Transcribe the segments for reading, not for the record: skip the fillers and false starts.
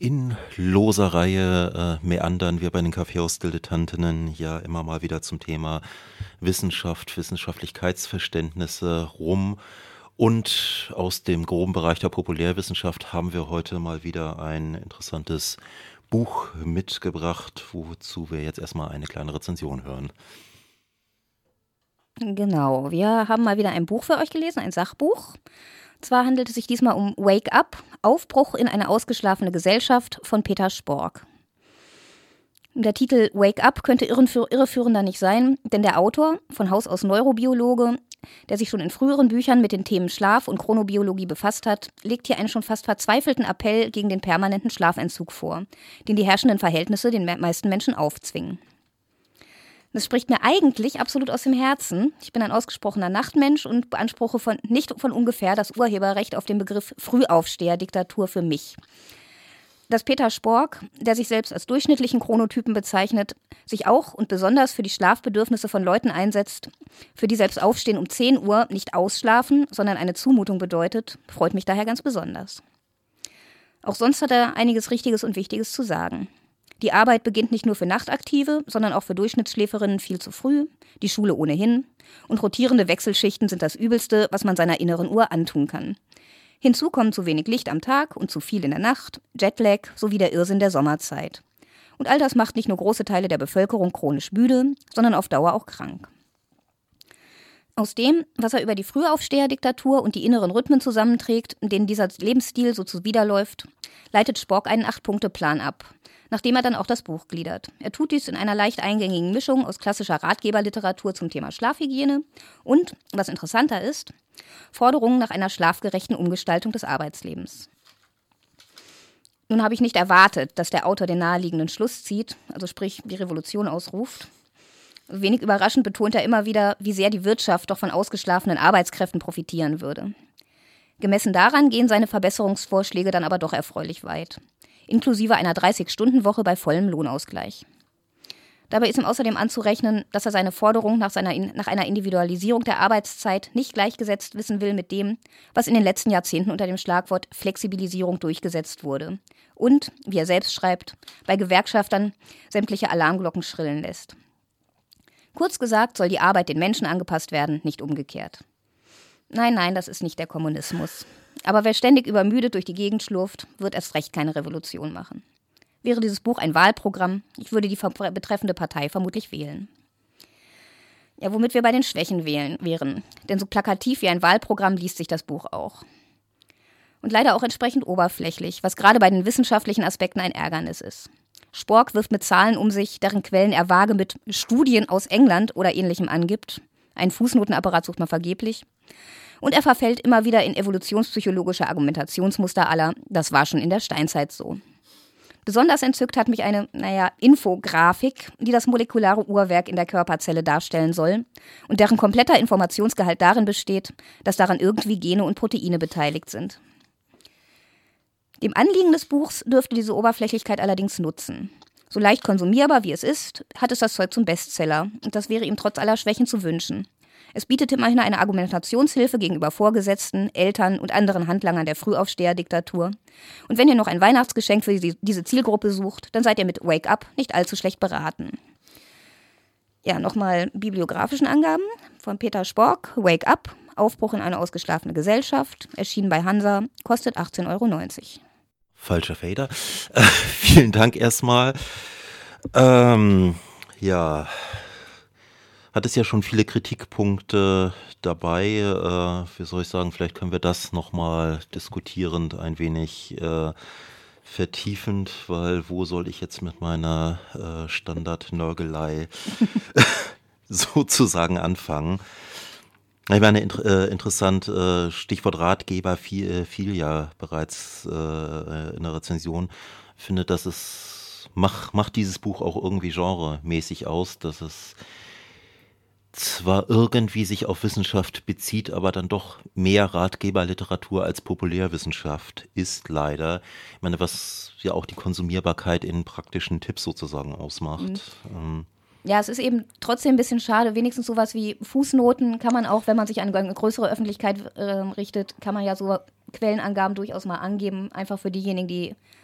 In loser Reihe meandern wir bei den Kaffeehaus-Dilettantinnen ja immer mal wieder zum Thema Wissenschaft, Wissenschaftlichkeitsverständnisse rum. Und aus dem groben Bereich der Populärwissenschaft haben wir heute mal wieder ein interessantes Buch mitgebracht, wozu wir jetzt erstmal eine kleine Rezension hören. Genau, wir haben mal wieder ein Buch für euch gelesen, ein Sachbuch. Zwar handelt es sich diesmal um Wake Up, Aufbruch in eine ausgeschlafene Gesellschaft von Peter Spork. Der Titel Wake Up könnte irreführender nicht sein, denn der Autor, von Haus aus Neurobiologe, der sich schon in früheren Büchern mit den Themen Schlaf und Chronobiologie befasst hat, legt hier einen schon fast verzweifelten Appell gegen den permanenten Schlafentzug vor, den die herrschenden Verhältnisse den meisten Menschen aufzwingen. Das spricht mir eigentlich absolut aus dem Herzen. Ich bin ein ausgesprochener Nachtmensch und beanspruche nicht von ungefähr das Urheberrecht auf den Begriff Frühaufsteher-Diktatur für mich. Dass Peter Spork, der sich selbst als durchschnittlichen Chronotypen bezeichnet, sich auch und besonders für die Schlafbedürfnisse von Leuten einsetzt, für die selbst Aufstehen um 10 Uhr nicht ausschlafen, sondern eine Zumutung bedeutet, freut mich daher ganz besonders. Auch sonst hat er einiges Richtiges und Wichtiges zu sagen. Die Arbeit beginnt nicht nur für Nachtaktive, sondern auch für Durchschnittsschläferinnen viel zu früh, die Schule ohnehin, und rotierende Wechselschichten sind das Übelste, was man seiner inneren Uhr antun kann. Hinzu kommen zu wenig Licht am Tag und zu viel in der Nacht, Jetlag sowie der Irrsinn der Sommerzeit. Und all das macht nicht nur große Teile der Bevölkerung chronisch müde, sondern auf Dauer auch krank. Aus dem, was er über die Frühaufsteherdiktatur und die inneren Rhythmen zusammenträgt, denen dieser Lebensstil so zuwiderläuft, leitet Spork einen 8-Punkte-Plan ab, nachdem er dann auch das Buch gliedert. Er tut dies in einer leicht eingängigen Mischung aus klassischer Ratgeberliteratur zum Thema Schlafhygiene und, was interessanter ist, Forderungen nach einer schlafgerechten Umgestaltung des Arbeitslebens. Nun habe ich nicht erwartet, dass der Autor den naheliegenden Schluss zieht, also sprich die Revolution ausruft. Wenig überraschend betont er immer wieder, wie sehr die Wirtschaft doch von ausgeschlafenen Arbeitskräften profitieren würde. Gemessen daran gehen seine Verbesserungsvorschläge dann aber doch erfreulich weit, inklusive einer 30-Stunden-Woche bei vollem Lohnausgleich. Dabei ist ihm außerdem anzurechnen, dass er seine Forderung nach einer Individualisierung der Arbeitszeit nicht gleichgesetzt wissen will mit dem, was in den letzten Jahrzehnten unter dem Schlagwort Flexibilisierung durchgesetzt wurde und, wie er selbst schreibt, bei Gewerkschaftern sämtliche Alarmglocken schrillen lässt. Kurz gesagt soll die Arbeit den Menschen angepasst werden, nicht umgekehrt. Nein, das ist nicht der Kommunismus. Aber wer ständig übermüdet durch die Gegend schlurft, wird erst recht keine Revolution machen. Wäre dieses Buch ein Wahlprogramm, ich würde die betreffende Partei vermutlich wählen. Ja, womit wir bei den Schwächen wären. Denn so plakativ wie ein Wahlprogramm liest sich das Buch auch. Und leider auch entsprechend oberflächlich, was gerade bei den wissenschaftlichen Aspekten ein Ärgernis ist. Spork wirft mit Zahlen um sich, deren Quellen er vage mit Studien aus England oder Ähnlichem angibt. Einen Fußnotenapparat sucht man vergeblich. Und er verfällt immer wieder in evolutionspsychologische Argumentationsmuster aller, das war schon in der Steinzeit so. Besonders entzückt hat mich eine, Infografik, die das molekulare Uhrwerk in der Körperzelle darstellen soll und deren kompletter Informationsgehalt darin besteht, dass daran irgendwie Gene und Proteine beteiligt sind. Dem Anliegen des Buchs dürfte diese Oberflächlichkeit allerdings nutzen. So leicht konsumierbar wie es ist, hat es das Zeug zum Bestseller und das wäre ihm trotz aller Schwächen zu wünschen. Es bietet immerhin eine Argumentationshilfe gegenüber Vorgesetzten, Eltern und anderen Handlangern der Frühaufsteher-Diktatur. Und wenn ihr noch ein Weihnachtsgeschenk für diese Zielgruppe sucht, dann seid ihr mit Wake Up nicht allzu schlecht beraten. Ja, nochmal bibliografischen Angaben von Peter Spork, Wake Up, Aufbruch in eine ausgeschlafene Gesellschaft, erschienen bei Hansa, kostet 18,90 €. Falscher Fader. Vielen Dank erstmal. Ja, hat es ja schon viele Kritikpunkte dabei. Wie soll ich sagen, vielleicht können wir das nochmal diskutierend ein wenig vertiefend, weil wo soll ich jetzt mit meiner Standard-Nörgelei sozusagen anfangen? Ich meine, interessant, Stichwort Ratgeber fiel ja bereits in der Rezension. Ich finde, dass es macht dieses Buch auch irgendwie genremäßig aus, dass es zwar irgendwie sich auf Wissenschaft bezieht, aber dann doch mehr Ratgeberliteratur als Populärwissenschaft ist leider. Ich meine, was ja auch die Konsumierbarkeit in praktischen Tipps sozusagen ausmacht. Ja, es ist eben trotzdem ein bisschen schade. Wenigstens sowas wie Fußnoten kann man auch, wenn man sich an eine größere Öffentlichkeit richtet, kann man ja so Quellenangaben durchaus mal angeben. Einfach für diejenigen, die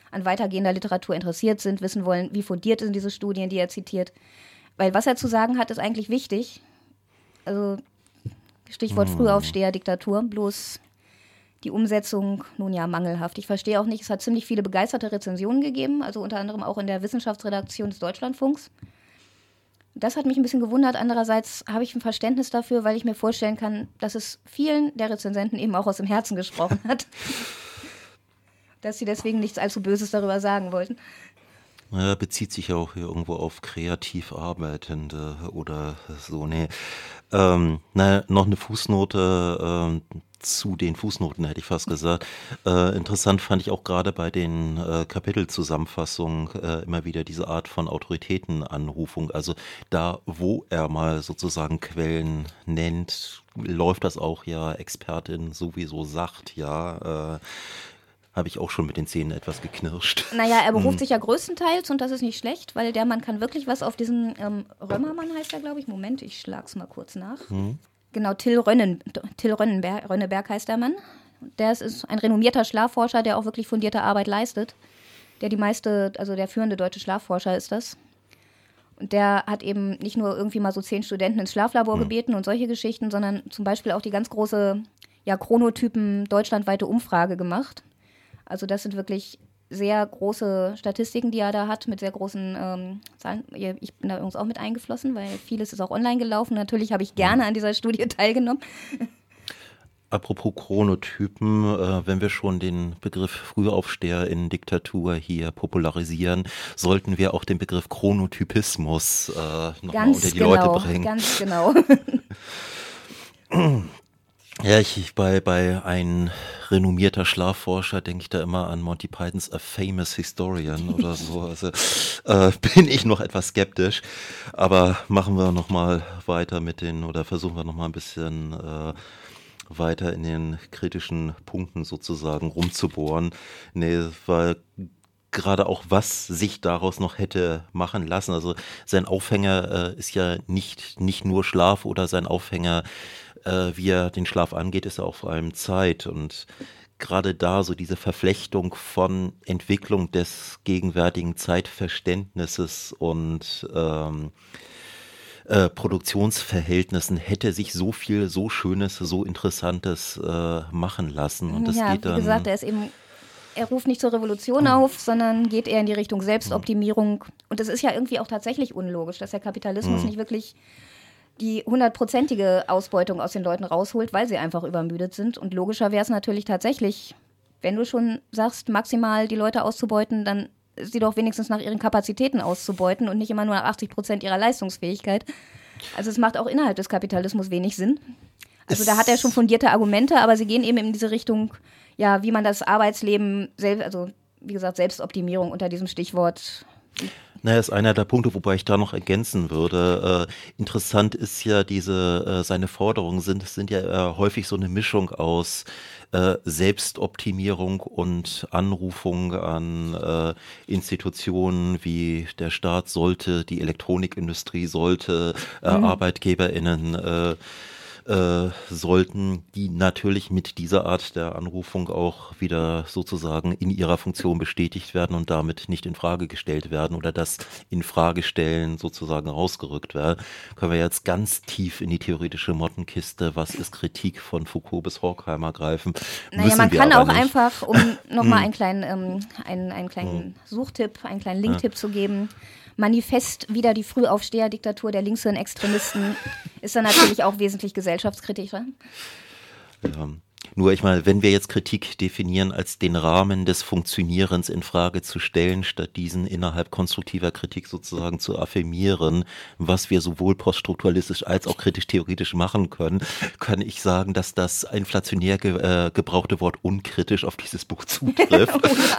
an weitergehender Literatur interessiert sind, wissen wollen, wie fundiert sind diese Studien, die er zitiert. Weil was er zu sagen hat, ist eigentlich wichtig. Also Stichwort Frühaufsteher-Diktatur, bloß die Umsetzung, nun ja, mangelhaft. Ich verstehe auch nicht, es hat ziemlich viele begeisterte Rezensionen gegeben, also unter anderem auch in der Wissenschaftsredaktion des Deutschlandfunks. Das hat mich ein bisschen gewundert. Andererseits habe ich ein Verständnis dafür, weil ich mir vorstellen kann, dass es vielen der Rezensenten eben auch aus dem Herzen gesprochen hat. Dass sie deswegen nichts allzu Böses darüber sagen wollten. Naja, bezieht sich ja auch hier irgendwo auf kreativ Arbeitende oder so. Nee. Naja, noch eine Fußnote zu den Fußnoten, hätte ich fast gesagt. Interessant fand ich auch gerade bei den Kapitelzusammenfassungen immer wieder diese Art von Autoritätenanrufung. Also da, wo er mal sozusagen Quellen nennt, läuft das auch ja, Expertin sowieso sagt, ja, habe ich auch schon mit den Zähnen etwas geknirscht. Naja, er beruft sich ja größtenteils, und das ist nicht schlecht, weil der Mann kann wirklich was auf diesen Römermann heißt er, glaube ich. Moment, ich schlag's mal kurz nach. Genau, Till Rönneberg heißt der Mann. Der ist ein renommierter Schlafforscher, der auch wirklich fundierte Arbeit leistet. Der der führende deutsche Schlafforscher ist das. Und der hat eben nicht nur irgendwie mal so 10 Studenten ins Schlaflabor gebeten und solche Geschichten, sondern zum Beispiel auch die ganz große Chronotypen deutschlandweite Umfrage gemacht. Also das sind wirklich sehr große Statistiken, die er da hat, mit sehr großen Zahlen. Ich bin da übrigens auch mit eingeflossen, weil vieles ist auch online gelaufen. Natürlich habe ich gerne an dieser Studie teilgenommen. Apropos Chronotypen, wenn wir schon den Begriff Frühaufsteher in Diktatur hier popularisieren, sollten wir auch den Begriff Chronotypismus nochmal unter die Leute bringen. Ganz genau. Ja, bei ein renommierter Schlafforscher denke ich da immer an Monty Pythons A Famous Historian oder so. Also bin ich noch etwas skeptisch. Aber machen wir nochmal weiter versuchen wir nochmal ein bisschen weiter in den kritischen Punkten sozusagen rumzubohren. Nee, weil gerade auch, was sich daraus noch hätte machen lassen. Also sein Aufhänger ist ja nicht nur Schlaf, oder sein Aufhänger, wie er den Schlaf angeht, ist ja auch vor allem Zeit. Und gerade da so diese Verflechtung von Entwicklung des gegenwärtigen Zeitverständnisses und Produktionsverhältnissen hätte sich so viel, so Schönes, so Interessantes machen lassen. Und das geht dann, wie gesagt, er ruft nicht zur Revolution auf, sondern geht eher in die Richtung Selbstoptimierung. Und das ist ja irgendwie auch tatsächlich unlogisch, dass der Kapitalismus nicht wirklich die 100%ige Ausbeutung aus den Leuten rausholt, weil sie einfach übermüdet sind. Und logischer wäre es natürlich tatsächlich, wenn du schon sagst, maximal die Leute auszubeuten, dann sie doch wenigstens nach ihren Kapazitäten auszubeuten und nicht immer nur nach 80% ihrer Leistungsfähigkeit. Also es macht auch innerhalb des Kapitalismus wenig Sinn. Also da hat er schon fundierte Argumente, aber sie gehen eben in diese Richtung, ja, wie man das Arbeitsleben, wie gesagt, Selbstoptimierung unter diesem Stichwort. Naja, ist einer der Punkte, wobei ich da noch ergänzen würde. Interessant ist ja seine Forderungen sind ja häufig so eine Mischung aus Selbstoptimierung und Anrufung an Institutionen wie der Staat sollte, die Elektronikindustrie sollte, ArbeitgeberInnen sollten, die natürlich mit dieser Art der Anrufung auch wieder sozusagen in ihrer Funktion bestätigt werden und damit nicht in Frage gestellt werden oder das in Frage stellen sozusagen rausgerückt werden. Können wir jetzt ganz tief in die theoretische Mottenkiste, was ist Kritik von Foucault bis Horkheimer greifen. Naja, man kann auch einfach, um nochmal einen kleinen Suchtipp, einen kleinen Linktipp zu geben, Manifest wieder die Frühaufsteher-Diktatur der Linkshirn-Extremisten ist dann natürlich auch wesentlich gesellschaftskritischer. Ja. Nur, ich meine, wenn wir jetzt Kritik definieren als den Rahmen des Funktionierens in Frage zu stellen, statt diesen innerhalb konstruktiver Kritik sozusagen zu affirmieren, was wir sowohl poststrukturalistisch als auch kritisch-theoretisch machen können, kann ich sagen, dass das inflationär gebrauchte Wort unkritisch auf dieses Buch zutrifft.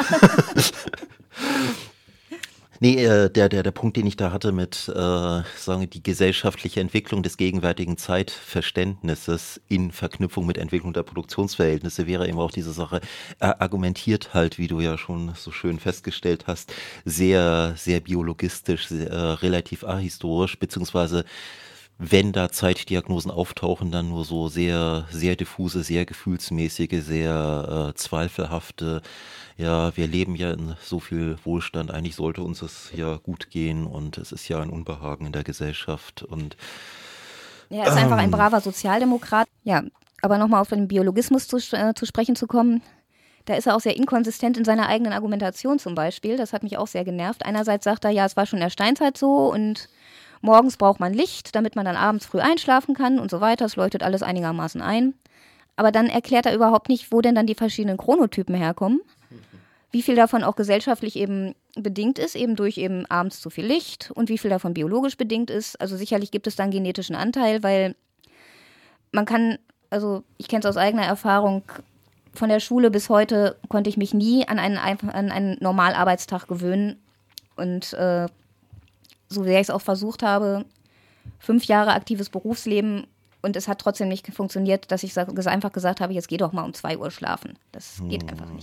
Nee, der Punkt, den ich da hatte mit, sagen wir, die gesellschaftliche Entwicklung des gegenwärtigen Zeitverständnisses in Verknüpfung mit Entwicklung der Produktionsverhältnisse wäre eben auch diese Sache. Er argumentiert halt, wie du ja schon so schön festgestellt hast, sehr, sehr biologistisch, relativ ahistorisch, beziehungsweise wenn da Zeitdiagnosen auftauchen, dann nur so sehr, sehr diffuse, sehr gefühlsmäßige, sehr zweifelhafte, ja, wir leben ja in so viel Wohlstand, eigentlich sollte uns es ja gut gehen und es ist ja ein Unbehagen in der Gesellschaft und er ist einfach ein braver Sozialdemokrat. Ja, aber nochmal auf den Biologismus zu sprechen zu kommen, da ist er auch sehr inkonsistent in seiner eigenen Argumentation zum Beispiel. Das hat mich auch sehr genervt. Einerseits sagt er, ja, es war schon in der Steinzeit so und morgens braucht man Licht, damit man dann abends früh einschlafen kann und so weiter. Es leuchtet alles einigermaßen ein. Aber dann erklärt er überhaupt nicht, wo denn dann die verschiedenen Chronotypen herkommen. Wie viel davon auch gesellschaftlich eben bedingt ist, eben durch eben abends zu viel Licht und wie viel davon biologisch bedingt ist. Also sicherlich gibt es da einen genetischen Anteil, weil man kann, also ich kenne es aus eigener Erfahrung, von der Schule bis heute konnte ich mich nie an einen Normalarbeitstag gewöhnen. Und so sehr ich es auch versucht habe, 5 Jahre aktives Berufsleben und es hat trotzdem nicht funktioniert, dass ich einfach gesagt habe, jetzt geh doch mal um 2 Uhr schlafen. Das geht einfach nicht.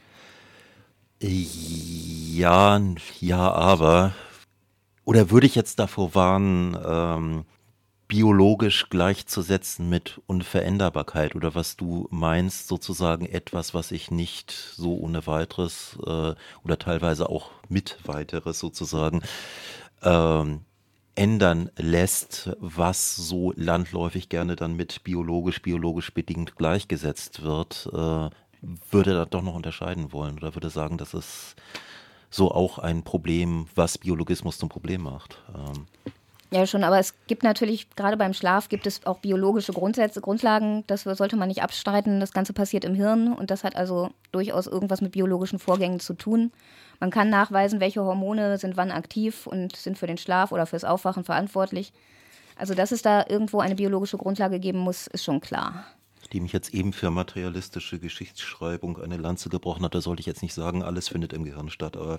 Ja, aber. Oder würde ich jetzt davor warnen, biologisch gleichzusetzen mit Unveränderbarkeit oder was du meinst, sozusagen etwas, was sich nicht so ohne weiteres oder teilweise auch mit weiteres sozusagen ändern lässt, was so landläufig gerne dann mit biologisch bedingt gleichgesetzt wird, würde da doch noch unterscheiden wollen oder würde sagen, das ist so auch ein Problem, was Biologismus zum Problem macht. Ja, schon, aber es gibt natürlich, gerade beim Schlaf gibt es auch biologische Grundlagen, das sollte man nicht abstreiten. Das Ganze passiert im Hirn und das hat also durchaus irgendwas mit biologischen Vorgängen zu tun. Man kann nachweisen, welche Hormone sind wann aktiv und sind für den Schlaf oder fürs Aufwachen verantwortlich. Also, dass es da irgendwo eine biologische Grundlage geben muss, ist schon klar. Die mich jetzt eben für materialistische Geschichtsschreibung eine Lanze gebrochen hat, da sollte ich jetzt nicht sagen, alles findet im Gehirn statt, aber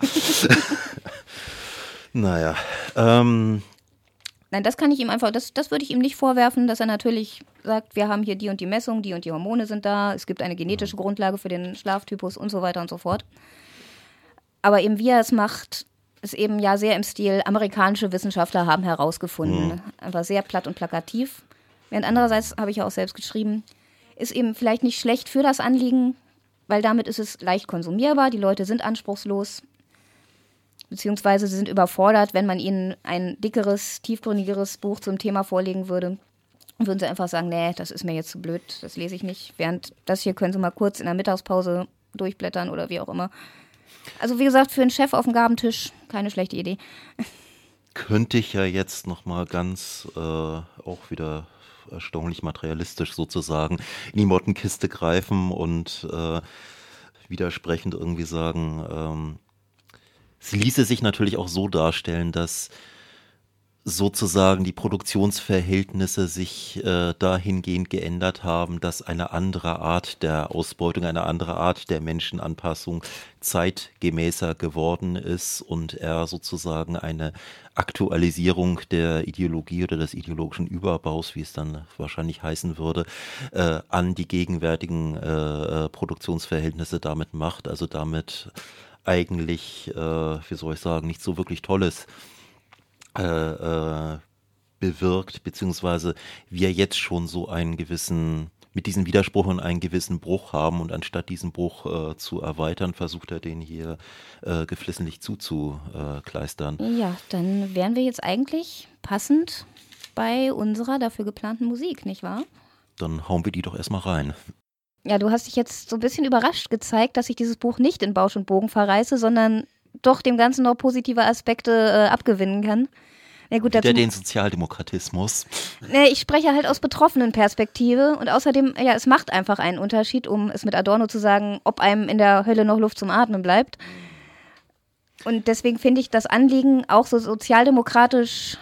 naja. Nein, das kann ich ihm einfach, das würde ich ihm nicht vorwerfen, dass er natürlich sagt, wir haben hier die und die Messung, die und die Hormone sind da, es gibt eine genetische Grundlage für den Schlaftypus und so weiter und so fort. Aber eben wie er es macht, ist eben ja sehr im Stil, amerikanische Wissenschaftler haben herausgefunden. Einfach sehr platt und plakativ. Während andererseits, habe ich ja auch selbst geschrieben, ist eben vielleicht nicht schlecht für das Anliegen, weil damit ist es leicht konsumierbar, die Leute sind anspruchslos, beziehungsweise sie sind überfordert, wenn man ihnen ein dickeres, tiefgründigeres Buch zum Thema vorlegen würde. Würden sie einfach sagen, nee, das ist mir jetzt zu blöd, das lese ich nicht. Während das hier können sie mal kurz in der Mittagspause durchblättern oder wie auch immer. Also wie gesagt, für einen Chef auf dem Gabentisch keine schlechte Idee. Könnte ich ja jetzt nochmal ganz auch wieder erstaunlich materialistisch sozusagen in die Mottenkiste greifen und widersprechend irgendwie sagen, es ließe sich natürlich auch so darstellen, dass sozusagen die Produktionsverhältnisse sich dahingehend geändert haben, dass eine andere Art der Ausbeutung, eine andere Art der Menschenanpassung zeitgemäßer geworden ist und er sozusagen eine Aktualisierung der Ideologie oder des ideologischen Überbaus, wie es dann wahrscheinlich heißen würde, an die gegenwärtigen Produktionsverhältnisse damit macht, also damit eigentlich, wie soll ich sagen, nicht so wirklich Tolles bewirkt, beziehungsweise wir jetzt schon so einen gewissen, mit diesem Widerspruch und einen gewissen Bruch haben und anstatt diesen Bruch zu erweitern, versucht er den hier geflissentlich zuzukleistern. Ja, dann wären wir jetzt eigentlich passend bei unserer dafür geplanten Musik, nicht wahr? Dann hauen wir die doch erstmal rein. Ja, du hast dich jetzt so ein bisschen überrascht gezeigt, dass ich dieses Buch nicht in Bausch und Bogen verreiße, sondern doch dem Ganzen noch positive Aspekte abgewinnen kann. Ja, gut, wieder den Sozialdemokratismus. Ich spreche halt aus betroffenen Perspektive und außerdem, ja, es macht einfach einen Unterschied, um es mit Adorno zu sagen, ob einem in der Hölle noch Luft zum Atmen bleibt. Und deswegen finde ich das Anliegen auch so sozialdemokratisch,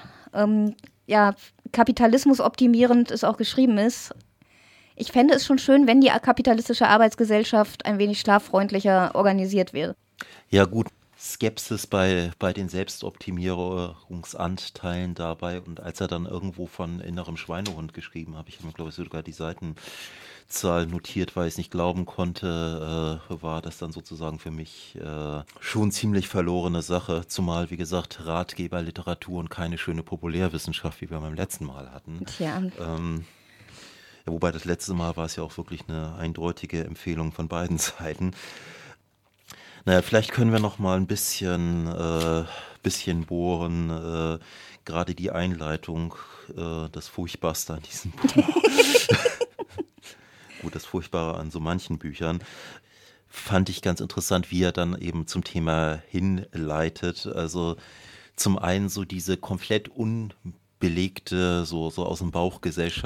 kapitalismusoptimierend es auch geschrieben ist. Ich fände es schon schön, wenn die kapitalistische Arbeitsgesellschaft ein wenig schlaffreundlicher organisiert wäre. Ja gut, Skepsis bei den Selbstoptimierungsanteilen dabei. Und als er dann irgendwo von innerem Schweinehund geschrieben habe, ich habe mir, glaube ich, sogar die Seitenzahl notiert, weil ich es nicht glauben konnte, war das dann sozusagen für mich schon ziemlich verlorene Sache. Zumal, wie gesagt, Ratgeberliteratur und keine schöne Populärwissenschaft, wie wir beim letzten Mal hatten. Tja. Ja, wobei das letzte Mal war es ja auch wirklich eine eindeutige Empfehlung von beiden Seiten. Naja, vielleicht können wir noch mal ein bisschen bohren. Gerade die Einleitung, das Furchtbarste an diesem Buch. Gut, das Furchtbare an so manchen Büchern. Fand ich ganz interessant, wie er dann eben zum Thema hinleitet. Also zum einen so diese komplett unbelegte, so aus dem Bauch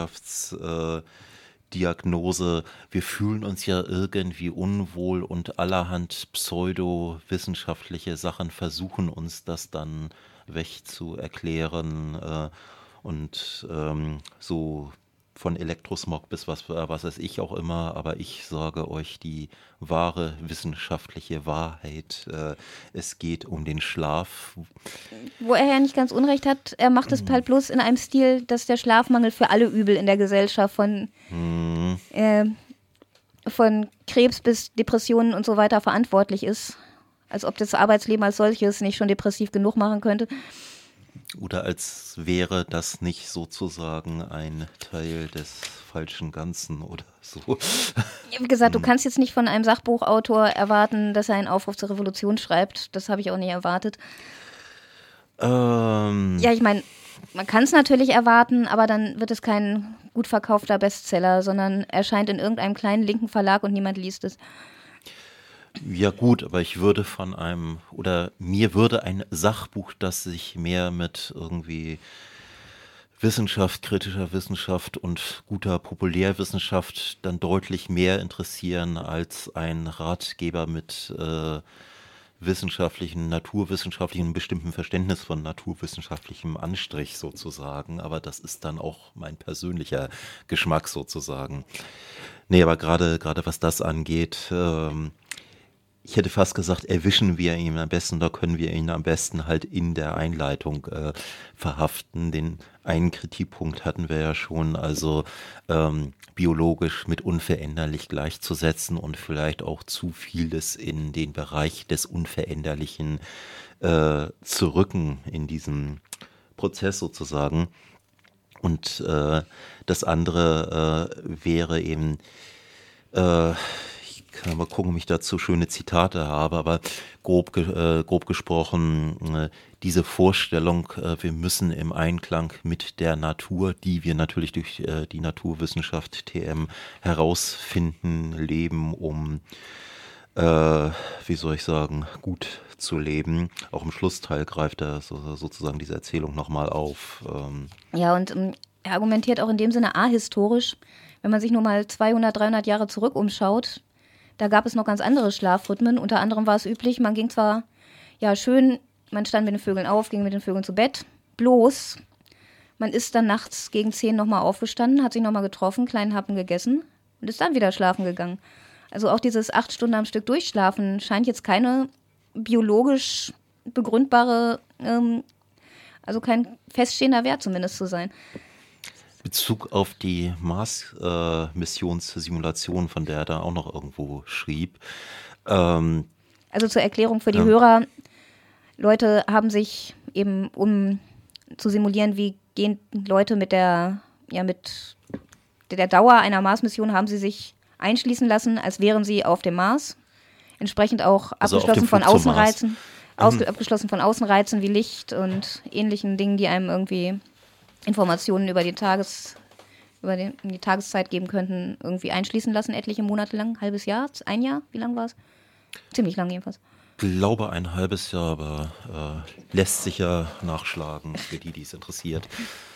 Gesellschaftsdiagnose, wir fühlen uns ja irgendwie unwohl und allerhand pseudowissenschaftliche Sachen versuchen uns das dann wegzuerklären und so von Elektrosmog bis was weiß ich auch immer, aber ich sage euch die wahre wissenschaftliche Wahrheit. Es geht um den Schlaf. Wo er ja nicht ganz Unrecht hat, er macht es halt bloß in einem Stil, dass der Schlafmangel für alle Übel in der Gesellschaft von Krebs bis Depressionen und so weiter verantwortlich ist. Als ob das Arbeitsleben als solches nicht schon depressiv genug machen könnte. Oder als wäre das nicht sozusagen ein Teil des falschen Ganzen oder so. Wie gesagt, du kannst jetzt nicht von einem Sachbuchautor erwarten, dass er einen Aufruf zur Revolution schreibt. Das habe ich auch nicht erwartet. Ja, ich meine, man kann es natürlich erwarten, aber dann wird es kein gut verkaufter Bestseller, sondern erscheint in irgendeinem kleinen linken Verlag und niemand liest es. Ja gut, aber mir würde ein Sachbuch, das sich mehr mit irgendwie Wissenschaft, kritischer Wissenschaft und guter Populärwissenschaft dann deutlich mehr interessieren als ein Ratgeber mit naturwissenschaftlichen, bestimmten Verständnis von naturwissenschaftlichem Anstrich sozusagen. Aber das ist dann auch mein persönlicher Geschmack sozusagen. Nee, aber gerade was das angeht, ich hätte fast gesagt, erwischen wir ihn am besten, da können wir ihn am besten halt in der Einleitung verhaften. Den einen Kritikpunkt hatten wir ja schon, also biologisch mit unveränderlich gleichzusetzen und vielleicht auch zu vieles in den Bereich des Unveränderlichen zu rücken in diesem Prozess sozusagen. Und das andere wäre eben, ich kann mal gucken, ob ich dazu schöne Zitate habe, aber grob gesprochen, diese Vorstellung, wir müssen im Einklang mit der Natur, die wir natürlich durch die Naturwissenschaft TM herausfinden, leben, um, wie soll ich sagen, gut zu leben. Auch im Schlussteil greift er sozusagen diese Erzählung nochmal auf. Ja, und er argumentiert auch in dem Sinne ahistorisch, wenn man sich nur mal 200, 300 Jahre zurück umschaut. Da gab es noch ganz andere Schlafrhythmen. Unter anderem war es üblich, man ging zwar, ja schön, man stand mit den Vögeln auf, ging mit den Vögeln zu Bett. Bloß, man ist dann nachts gegen 10 nochmal aufgestanden, hat sich nochmal getroffen, kleinen Happen gegessen und ist dann wieder schlafen gegangen. Also auch dieses 8 Stunden am Stück Durchschlafen scheint jetzt keine biologisch begründbare, also kein feststehender Wert zumindest zu sein. Bezug auf die Mars-Missionssimulation, von der er da auch noch irgendwo schrieb. Also zur Erklärung für die Hörer, Leute haben sich eben, um zu simulieren, wie gehen Leute mit der Dauer einer Mars-Mission, haben sie sich einschließen lassen, als wären sie auf dem Mars. Entsprechend auch abgeschlossen von Außenreizen. Abgeschlossen von Außenreizen wie Licht und ähnlichen Dingen, die einem irgendwie Informationen über die Tageszeit geben könnten, irgendwie einschließen lassen, etliche Monate lang, halbes Jahr, ein Jahr, wie lang war es? Ziemlich lang jedenfalls. Ich glaube ein halbes Jahr, aber lässt sich ja nachschlagen für die es interessiert.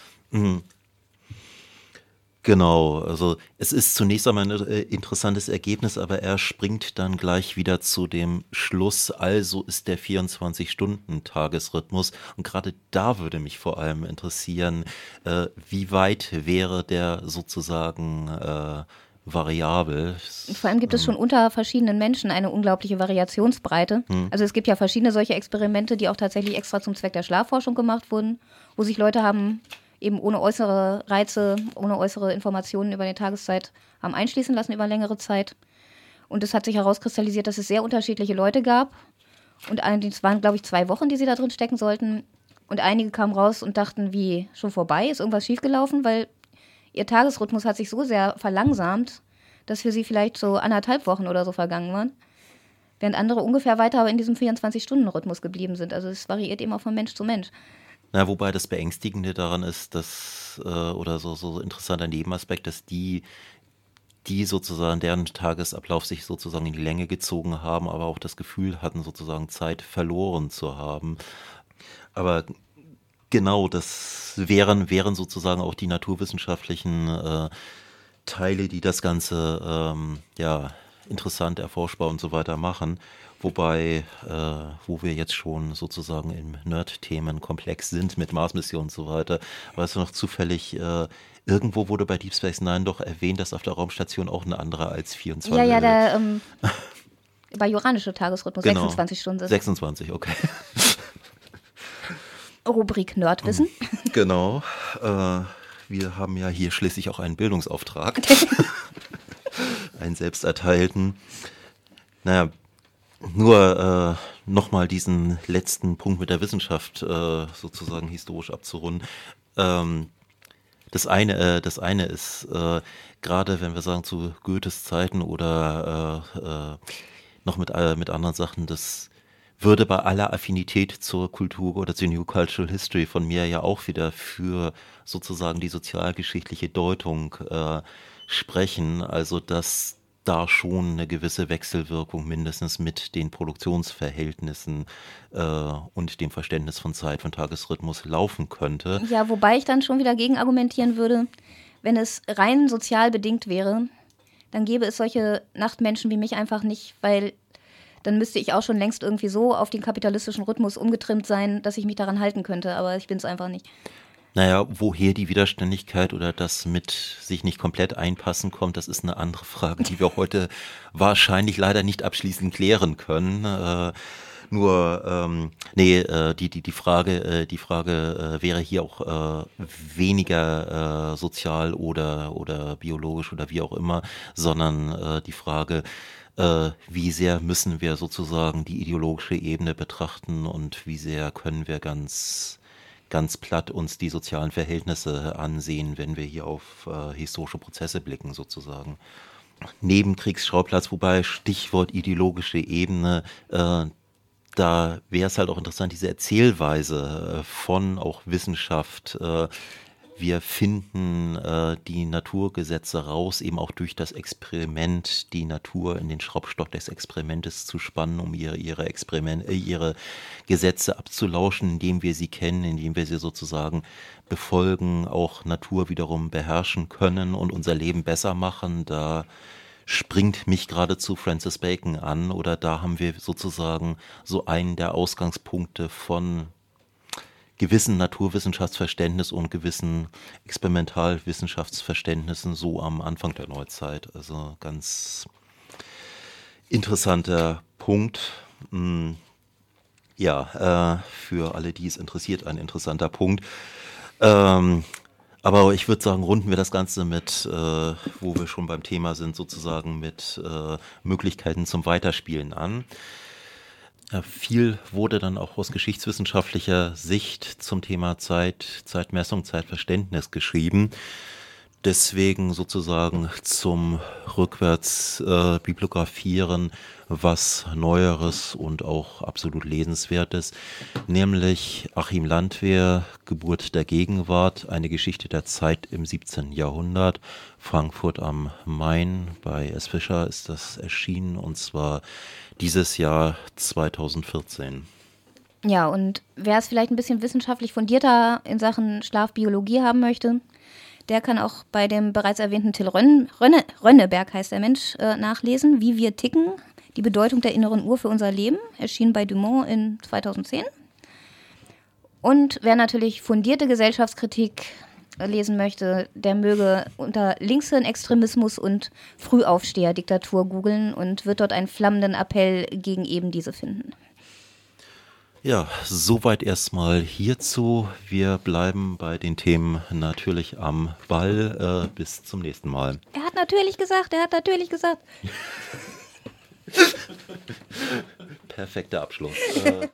Genau, also es ist zunächst einmal ein interessantes Ergebnis, aber er springt dann gleich wieder zu dem Schluss, also ist der 24-Stunden-Tagesrhythmus und gerade da würde mich vor allem interessieren, wie weit wäre der sozusagen variabel. Vor allem gibt es schon unter verschiedenen Menschen eine unglaubliche Variationsbreite. Also es gibt ja verschiedene solche Experimente, die auch tatsächlich extra zum Zweck der Schlafforschung gemacht wurden, wo sich Leute haben eben ohne äußere Reize, ohne äußere Informationen über die Tageszeit haben einschließen lassen über längere Zeit. Und es hat sich herauskristallisiert, dass es sehr unterschiedliche Leute gab. Und es waren, glaube ich, 2 Wochen, die sie da drin stecken sollten. Und einige kamen raus und dachten, wie, schon vorbei? Ist irgendwas schiefgelaufen? Weil ihr Tagesrhythmus hat sich so sehr verlangsamt, dass für sie vielleicht so 1,5 Wochen oder so vergangen waren. Während andere ungefähr weiter in diesem 24-Stunden-Rhythmus geblieben sind. Also es variiert eben auch von Mensch zu Mensch. Na, wobei das Beängstigende daran ist, dass, oder so interessanter Nebenaspekt, dass die sozusagen, deren Tagesablauf sich sozusagen in die Länge gezogen haben, aber auch das Gefühl hatten, sozusagen Zeit verloren zu haben. Aber genau, das wären sozusagen auch die naturwissenschaftlichen Teile, die das Ganze interessant, erforschbar und so weiter machen. Wobei, wo wir jetzt schon sozusagen im Nerd-Themenkomplex sind mit Mars-Missionen und so weiter, weißt du noch zufällig, irgendwo wurde bei Deep Space Nine doch erwähnt, dass auf der Raumstation auch eine andere als 24 Ja, bajoranische Tagesrhythmus, genau. 26 Stunden sind. 26, okay. Rubrik Nerdwissen. Genau. Wir haben ja hier schließlich auch einen Bildungsauftrag. Einen selbst erteilten. Naja, nur nochmal diesen letzten Punkt mit der Wissenschaft sozusagen historisch abzurunden. Das eine ist, gerade wenn wir sagen zu Goethes Zeiten oder noch mit anderen Sachen, das würde bei aller Affinität zur Kultur oder zur New Cultural History von mir ja auch wieder für sozusagen die sozialgeschichtliche Deutung sprechen. Also dass da schon eine gewisse Wechselwirkung mindestens mit den Produktionsverhältnissen und dem Verständnis von Zeit, von Tagesrhythmus laufen könnte. Ja, wobei ich dann schon wieder gegen argumentieren würde, wenn es rein sozial bedingt wäre, dann gäbe es solche Nachtmenschen wie mich einfach nicht, weil dann müsste ich auch schon längst irgendwie so auf den kapitalistischen Rhythmus umgetrimmt sein, dass ich mich daran halten könnte, aber ich bin es einfach nicht. Naja, woher die Widerständigkeit oder das mit sich nicht komplett einpassen kommt, das ist eine andere Frage, die wir heute wahrscheinlich leider nicht abschließend klären können. Die Frage wäre hier auch weniger sozial oder biologisch oder wie auch immer, sondern die Frage, wie sehr müssen wir sozusagen die ideologische Ebene betrachten und wie sehr können wir ganz platt uns die sozialen Verhältnisse ansehen, wenn wir hier auf historische Prozesse blicken sozusagen. Nebenkriegsschauplatz, wobei Stichwort ideologische Ebene, da wäre es halt auch interessant, diese Erzählweise von auch Wissenschaft. Wir finden die Naturgesetze raus, eben auch durch das Experiment, die Natur in den Schraubstock des Experimentes zu spannen, um ihre Gesetze abzulauschen, indem wir sie kennen, indem wir sie sozusagen befolgen, auch Natur wiederum beherrschen können und unser Leben besser machen. Da springt mich geradezu Francis Bacon an, oder da haben wir sozusagen so einen der Ausgangspunkte von gewissen Naturwissenschaftsverständnis und gewissen Experimentalwissenschaftsverständnissen so am Anfang der Neuzeit. Also ganz interessanter Punkt. Ja, für alle, die es interessiert, ein interessanter Punkt. Aber ich würde sagen, runden wir das Ganze mit, wo wir schon beim Thema sind, sozusagen mit Möglichkeiten zum Weiterspielen an. Ja, viel wurde dann auch aus geschichtswissenschaftlicher Sicht zum Thema Zeitmessung, Zeitverständnis geschrieben. Deswegen sozusagen zum Rückwärts bibliografieren was Neueres und auch absolut Lesenswertes, nämlich Achim Landwehr, Geburt der Gegenwart, eine Geschichte der Zeit im 17. Jahrhundert, Frankfurt am Main, bei S. Fischer ist das erschienen, und zwar dieses Jahr 2014. Ja, und wer es vielleicht ein bisschen wissenschaftlich fundierter in Sachen Schlafbiologie haben möchte, der kann auch bei dem bereits erwähnten Till Rönneberg, heißt der Mensch, nachlesen, Wie wir ticken, die Bedeutung der inneren Uhr für unser Leben, erschien bei Dumont in 2010. Und wer natürlich fundierte Gesellschaftskritik lesen möchte, der möge unter Linkshirnextremismus und Frühaufsteherdiktatur googeln und wird dort einen flammenden Appell gegen eben diese finden. Ja, soweit erstmal hierzu. Wir bleiben bei den Themen natürlich am Ball. Bis zum nächsten Mal. Er hat natürlich gesagt. Perfekter Abschluss.